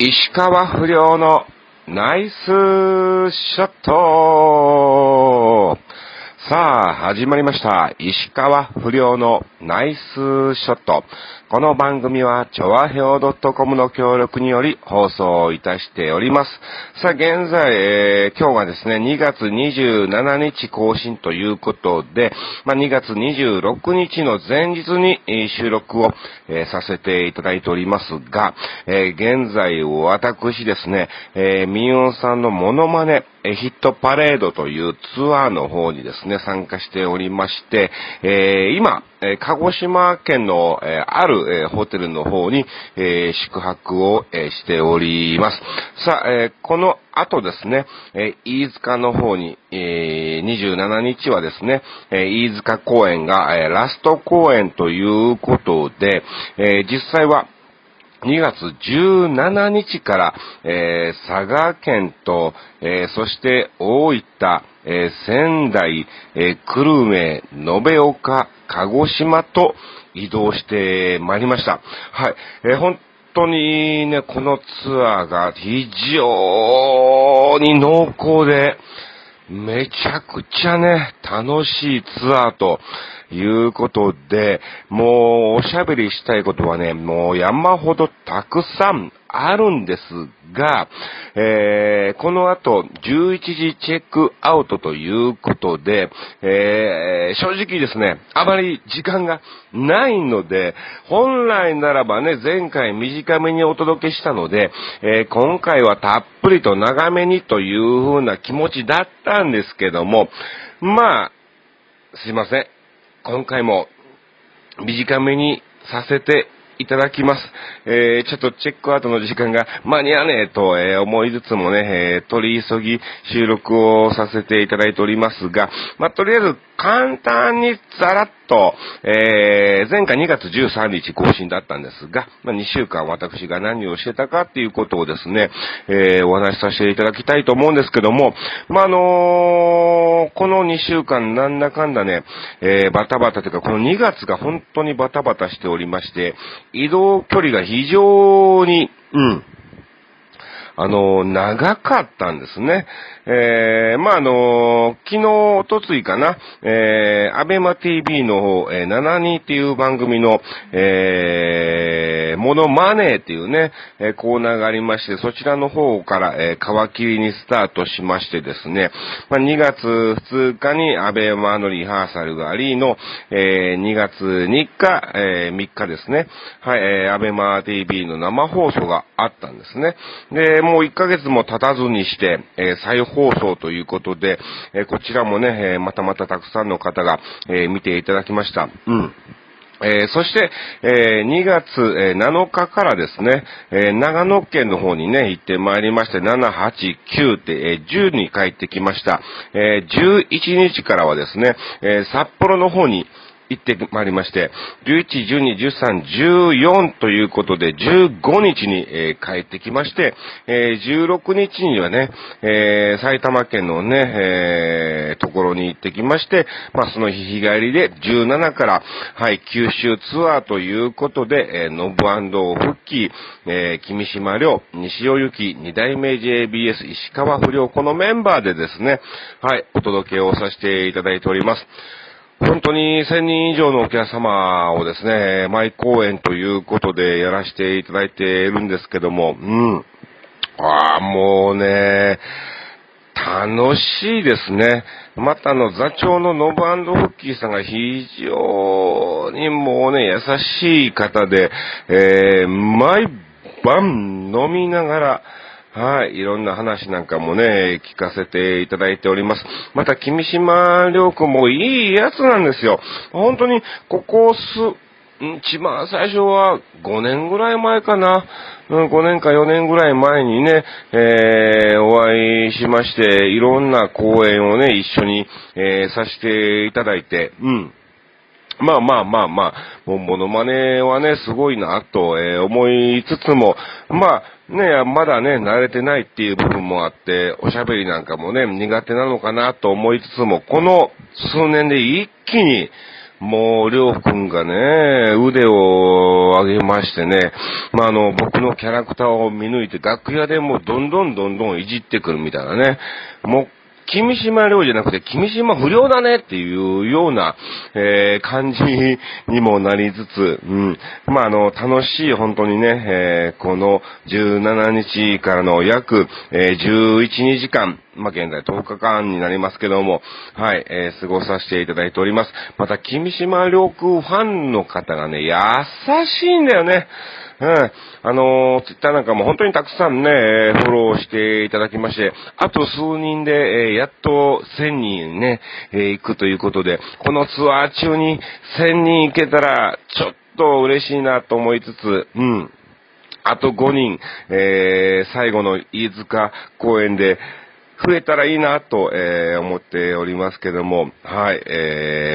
石川不良のナイスショット。さあ、始まりました。石川不良のナイスショット。この番組は、ちょわへお .com の協力により放送いたしております。さあ、現在、今日がですね、2月27日更新ということで、2月26日の前日に収録を、させていただいておりますが、現在、私ですね、みゆんさんのモノマネ、ヒットパレードというツアーの方にですね、参加しておりまして、今、鹿児島県の、ある、ホテルの方に、宿泊を、しております。さあ、この後ですね、飯塚の方に、27日はですね、飯塚公演が、ラスト公演ということで、実際は2月17日から、佐賀県と、そして大分、仙台、久留米、延岡、鹿児島と移動してまいりました。はい。本当にね、このツアーが非常に濃厚で、めちゃくちゃね、楽しいツアーということで、もうおしゃべりしたいことはね、もう山ほどたくさんあるんですが、この後11時チェックアウトということで、正直ですね、あまり時間がないので、本来ならばね、前回短めにお届けしたので、今回はたっぷりと長めにという風な気持ちだったんですけども、すいません。今回も短めにさせていただきます。ちょっとチェックアウトの時間が間に合わねえと、思いつつもね、取り急ぎ収録をさせていただいておりますが、とりあえず簡単にざらっと、前回2月13日更新だったんですが、2週間私が何をしてたかっていうことをですね、お話しさせていただきたいと思うんですけども、この2週間なんだかんだね、バタバタというか、この2月が本当にバタバタしておりまして、移動距離が非常に、長かったんですね。昨日、おとついかな、アベマ TV の方、72っていう番組の、モノマネーっていうね、コーナーがありまして、そちらの方から、皮切りにスタートしましてですね、2月2日にアベマのリハーサルがありの、2月3日、3日ですね、はい、アベマ TV の生放送があったんですね。で、もう1ヶ月も経たずにして、再放送ということで、こちらもね、またたくさんの方が、見ていただきました。そして、2月7日からですね、長野県の方にね、行ってまいりまして、7、8、9って、10に帰ってきました。11日からはですね、札幌の方に行ってまいりまして、11、12、13、14ということで、15日に、帰ってきまして、16日にはね、埼玉県のね、ところに行ってきまして、その日日帰りで17から、はい、九州ツアーということで、ノブ&フッキー、君島亮、西尾由紀、二代目 JBS、石川不良、このメンバーでですね、はい、お届けをさせていただいております。本当に1000人以上のお客様をですね、毎公演ということでやらせていただいているんですけども、もうね、楽しいですね。また座長のノブ&フッキーさんが非常にもうね、優しい方で、毎晩飲みながら、はい、いろんな話なんかもね、聞かせていただいております。また、君島亮君もいいやつなんですよ。本当に、一番最初は5年ぐらい前かな。5年か4年ぐらい前にね、お会いしまして、いろんな講演をね、一緒に、させていただいて、もうモノマネはね、すごいなと、思いつつも、まだね、慣れてないっていう部分もあって、おしゃべりなんかもね、苦手なのかなと思いつつも、この数年で一気に、 もう、りょうくんがね、腕を上げましてね、僕のキャラクターを見抜いて、楽屋でもうどんどんいじってくるみたいなね、もう、君島亮じゃなくて、君島不良だねっていうような、感じにもなりつつ、楽しい本当にね、この17日からの約、11、2時間、現在10日間になりますけども、はい、過ごさせていただいております。また、君島亮君ファンの方がね、優しいんだよね。ツイッターなんかも本当にたくさんね、フォローしていただきまして、あと数人で、やっと1000人ね、行くということで、このツアー中に1000人行けたら、ちょっと嬉しいなと思いつつ、あと5人、最後の飯塚公演で、増えたらいいなと、思っておりますけども、はい、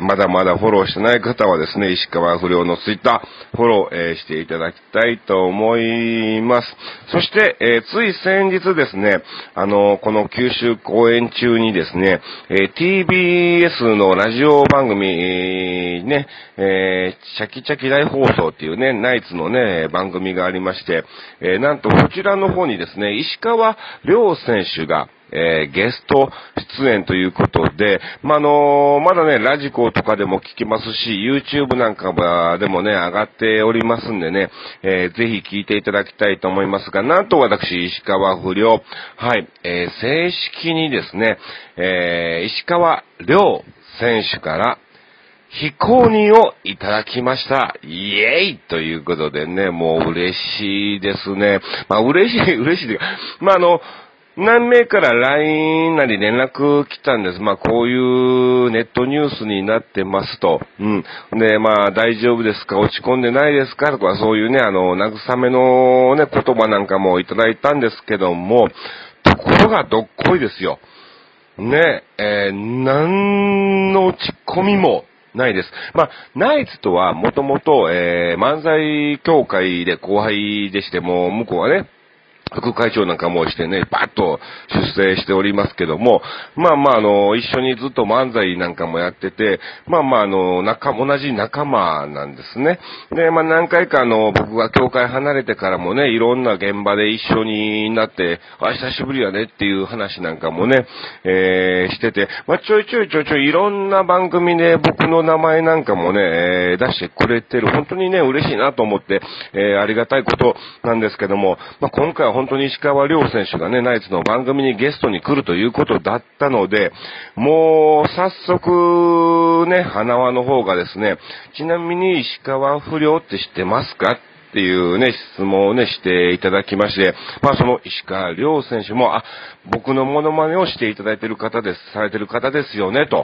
まだまだフォローしてない方はですね、石川不良のツイッター、フォロー、していただきたいと思います。そして、つい先日ですね、この九州公演中にですね、TBS のラジオ番組、ね、チャキチャキ大放送っていうね、ナイツのね、番組がありまして、なんとこちらの方にですね、石川遼選手が、ゲスト出演ということで、まだね、ラジコとかでも聞きますし、YouTube なんかでもね、上がっておりますんでね、ぜひ聞いていただきたいと思いますが、なんと私、石川不良、はい、正式にですね、石川遼選手から、非公認をいただきました。イエイということでね、もう嬉しいですね。嬉しいで、何名から LINE なり連絡来たんです。こういうネットニュースになってますと。で、大丈夫ですか？落ち込んでないですか？とか、そういうね、慰めのね、言葉なんかもいただいたんですけども、ところがどっこいですよ。ね、何の落ち込みもないです。ナイツとはもともと、漫才協会で後輩でしても、向こうはね、副会長なんかもしてね、バッと出世しておりますけども、一緒にずっと漫才なんかもやってて、同じ仲間なんですね。で、何回か僕が協会離れてからもね、いろんな現場で一緒になって、久しぶりやねっていう話なんかもね、してて、ちょいちょいいろんな番組で僕の名前なんかもね、出してくれてる、本当にね、嬉しいなと思って、ありがたいことなんですけども、今回は本当に石川遼選手がね、ナイツの番組にゲストに来るということだったので、もう早速ね、花輪の方がですね、ちなみに石川不良って知ってますかっていうね、質問をね、していただきまして、その石川遼選手も、僕のモノマネをしていただいている方です、されている方ですよね、と。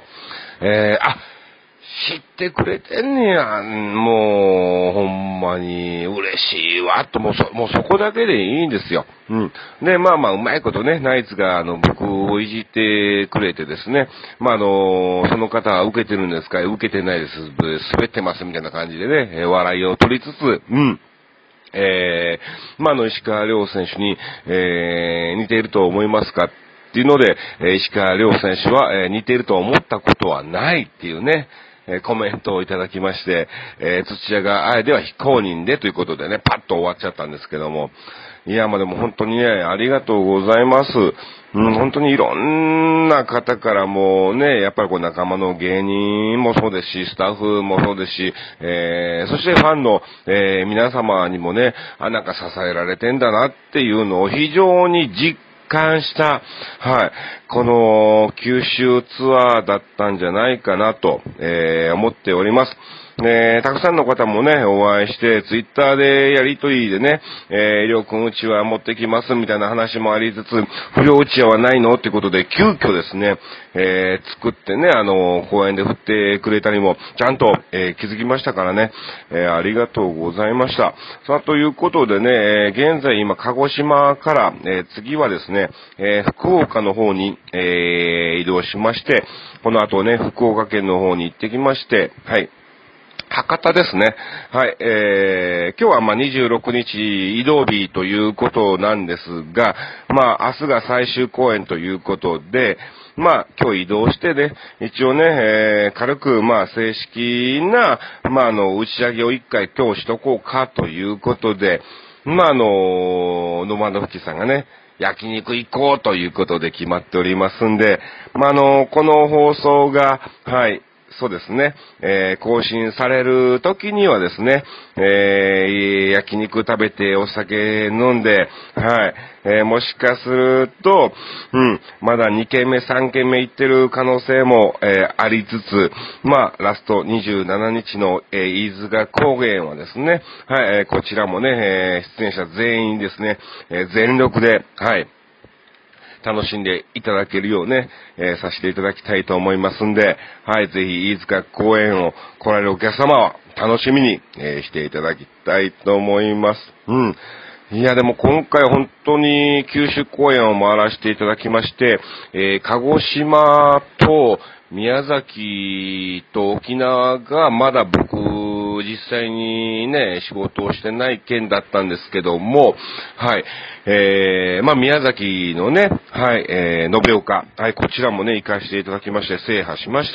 知ってくれてんねや。もう、ほんまに嬉しいわ、と、もうそこだけでいいんですよ。で、うまいことね、ナイツが、僕をいじってくれてですね、その方は受けてるんですか？受けてないです。滑ってます、みたいな感じでね、笑いを取りつつ、石川遼選手に、似ていると思いますかっていうので、石川遼選手は、似ていると思ったことはないっていうね、コメントをいただきまして、土屋が、では非公認でということでね、パッと終わっちゃったんですけども、いや、でも本当にね、ありがとうございます。本当にいろんな方からもね、やっぱり仲間の芸人もそうですし、スタッフもそうですし、そしてファンの、皆様にもね、なんか支えられてんだなっていうのを非常に実感した、はい、この九州ツアーだったんじゃないかなと、思っております。たくさんの方もね、お会いして、ツイッターでやりとりでね、りょうくんうちわ持ってきますみたいな話もありつつ、不良うちわはないのってことで、急遽ですね、作ってね、公園で振ってくれたりも、ちゃんと、気づきましたからね、ありがとうございました。さあ、ということでね、現在今、鹿児島から、次はですね、福岡の方に、移動しまして、この後ね、福岡県の方に行ってきまして、はい。 博多ですね。はい、今日は26日移動日ということなんですが、明日が最終公演ということで、今日移動してね、一応ね、軽く正式な、打ち上げを一回今日しとこうかということで、ノマドフキさんがね、焼肉行こうということで決まっておりますんで、この放送が、はい、そうですね、更新される時にはですね、焼肉食べてお酒飲んで、はい、もしかすると、まだ2軒目、3軒目行ってる可能性も、ありつつ、ラスト27日の、飯塚高原はですね、はい、こちらもね、出演者全員ですね、全力で、はい、楽しんでいただけるようね、させていただきたいと思いますんで、はい、ぜひ飯塚公演を来られるお客様は楽しみに、していただきたいと思います。いや、でも今回本当に九州公演を回らせていただきまして、鹿児島と宮崎と沖縄がまだ僕実際にね、仕事をしてない県だったんですけども、はい、宮崎のね、はい、延岡、はい、こちらもね、行かせていただきまして、制覇しまして、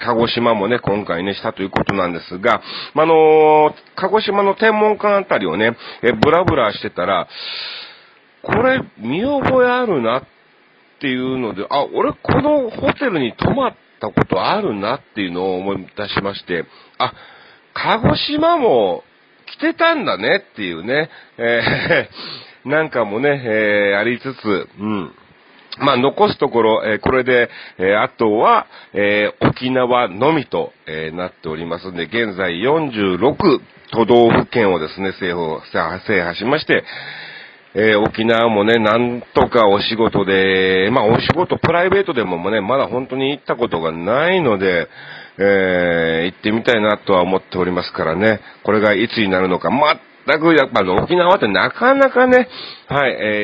鹿児島もね、今回ね、したということなんですが、鹿児島の天文館あたりをね、ブラブラしてたら、これ、見覚えあるなっていうので、俺このホテルに泊まったことあるなっていうのを思い出しまして、鹿児島も来てたんだねっていうね、なんかもね、ありつつ、残すところ、これで、あとは、沖縄のみと、なっておりますんで、現在46都道府県をですね、制覇しまして、沖縄もね、なんとかお仕事で、お仕事、プライベートでもね、まだ本当に行ったことがないので、行ってみたいなとは思っておりますからね、これがいつになるのか、全くやっぱ沖縄ってなかなかね、はい、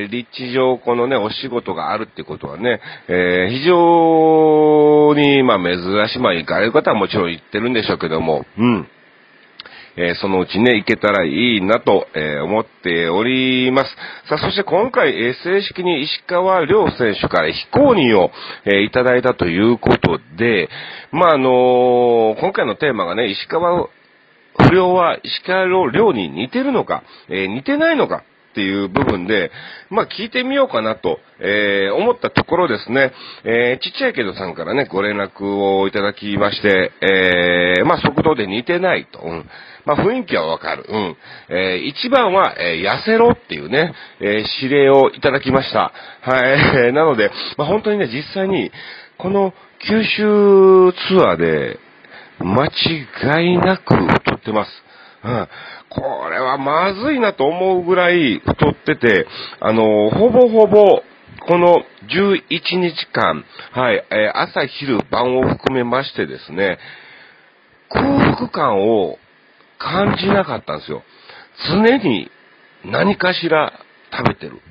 立地上このね、お仕事があるってことはね、非常に珍しい、行かれる方はもちろん行ってるんでしょうけども、そのうちね、行けたらいいなと、思っております。さあ、そして今回、正式に石川遼選手から非公認を、いただいたということで、今回のテーマがね、石川不良は石川遼に似てるのか、似てないのかっていう部分で、聞いてみようかなと、思ったところですね、ちっちゃいけどさんからね、ご連絡をいただきまして、速度で似てないと。雰囲気はわかる。一番は、痩せろっていうね、指令をいただきました。はい。なので、本当にね、実際に、この九州ツアーで、間違いなく太ってます。これはまずいなと思うぐらい太ってて、ほぼほぼ、この11日間、はい、朝昼晩を含めましてですね、空腹感を感じなかったんですよ。常に何かしら食べてる。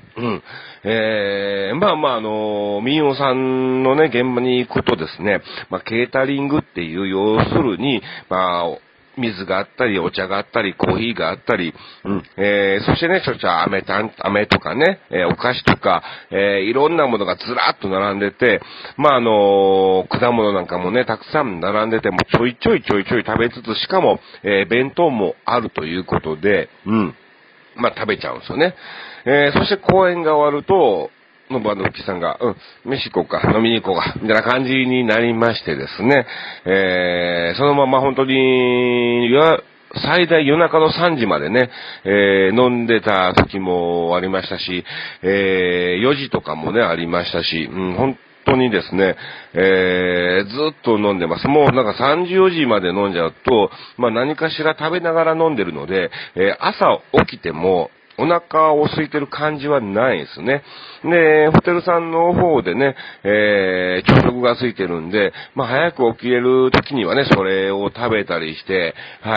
民謡さんのね、現場に行くとですね、ケータリングっていう、要するに、水があったり、お茶があったり、コーヒーがあったり、そしてね、飴とかね、お菓子とか、いろんなものがずらっと並んでて、果物なんかもね、たくさん並んでて、もちょいちょい食べつつ、しかも、弁当もあるということで、食べちゃうんですよね。そして公演が終わると、のバンドフキさんが、飯行こうか、飲みに行こうか、みたいな感じになりましてですね、そのまま本当に、最大夜中の3時までね、飲んでた時もありましたし、4時とかもね、ありましたし、本当にですね、ずっと飲んでます。もうなんか3時4時まで飲んじゃうと、何かしら食べながら飲んでるので、朝起きても、お腹を空いてる感じはないですね。で、ホテルさんの方でね、朝食がついてるんで、早く起きれる時にはね、それを食べたりして、はい、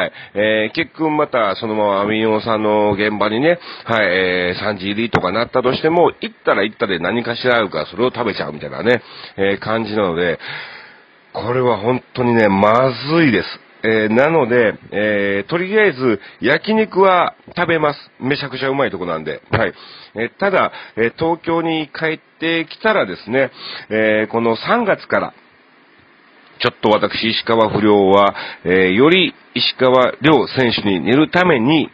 結局またそのまま民謡さんの現場にね、はい、3時入りとかなったとしても、行ったら行ったで何かしらあるからそれを食べちゃうみたいなね、感じなので、これは本当にね、まずいです。 なので、とりあえず焼肉は食べます。めちゃくちゃうまいとこなんで。はい。ただ、東京に帰ってきたらですね、この3月から、ちょっと私、石川不良は、より石川遼選手に寝るために、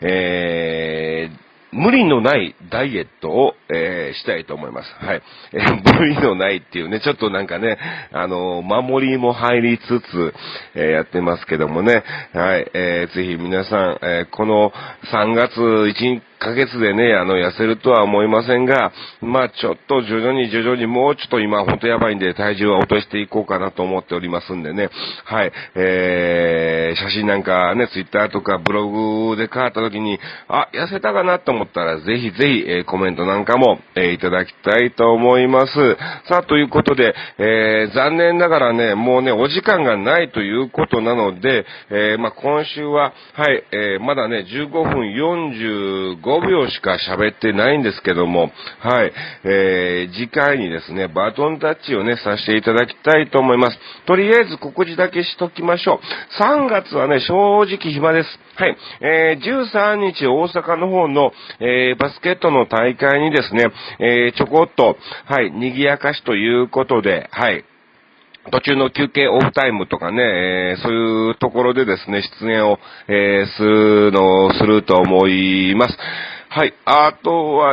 無理のないダイエットを、したいと思います。はい。無理のないっていうね、ちょっとなんかね、守りも入りつつ、やってますけどもね。はい。ぜひ皆さん、この3月1ヶ月でね、痩せるとは思いませんが、まあちょっと徐々にもうちょっと今ほんとやばいんで体重は落としていこうかなと思っておりますんでね。はい。写真なんかね、ツイッターとかブログで変わった時に、あ、痩せたかなと思ったらぜひぜひ、コメントなんかも、いただきたいと思います。さあ、ということで、残念ながらね、もうね、お時間がないということなので、まあ今週は、はい、まだね、15分45秒しか喋ってないんですけども、はい、次回にですね、バトンタッチをね、させていただきたいと思います。とりあえず告知だけしときましょう。3月はね、正直暇です。はい、13日大阪の方の、バスケットの大会にですね、ちょこっと、はい、賑やかしということで、はい、途中の休憩オフタイムとかね、そういうところでですね、出演を、すると思います。はい。あとは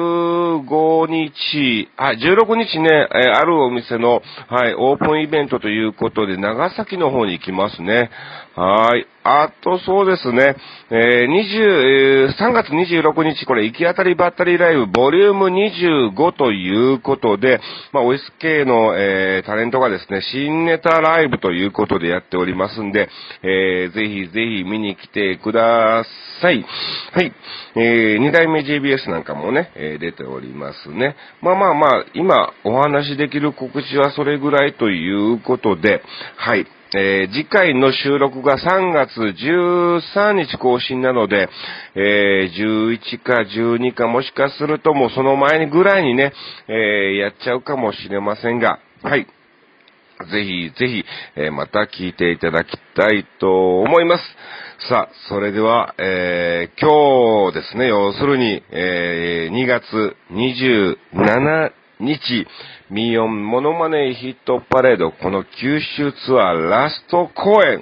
16日ね、あるお店の、はい、オープンイベントということで、長崎の方に行きますね。はい。あと、そうですね、3月26日、これ、行き当たりばったりライブ、ボリューム25ということで、まあ、OSK の、タレントがですね、新ネタライブということでやっておりますんで、ぜひぜひ見に来てください。はい。2代目 JBS なんかもね、出ておりますね。まあ、今お話しできる告知はそれぐらいということで、はい。次回の収録が3月13日更新なので、11か12かもしかするともうその前ぐらいにね、やっちゃうかもしれませんが、はい。ぜひぜひ、また聞いていただきたいと思います。さあ、それでは、今日ですね、要するに、2月27日、ミヨンモノマネヒットパレード、この九州ツアーラスト公演、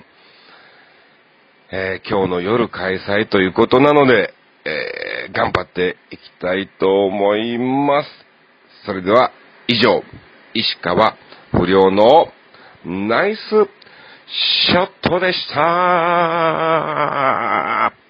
今日の夜開催ということなので、頑張っていきたいと思います。それでは、以上、石川不良のナイスショットでした。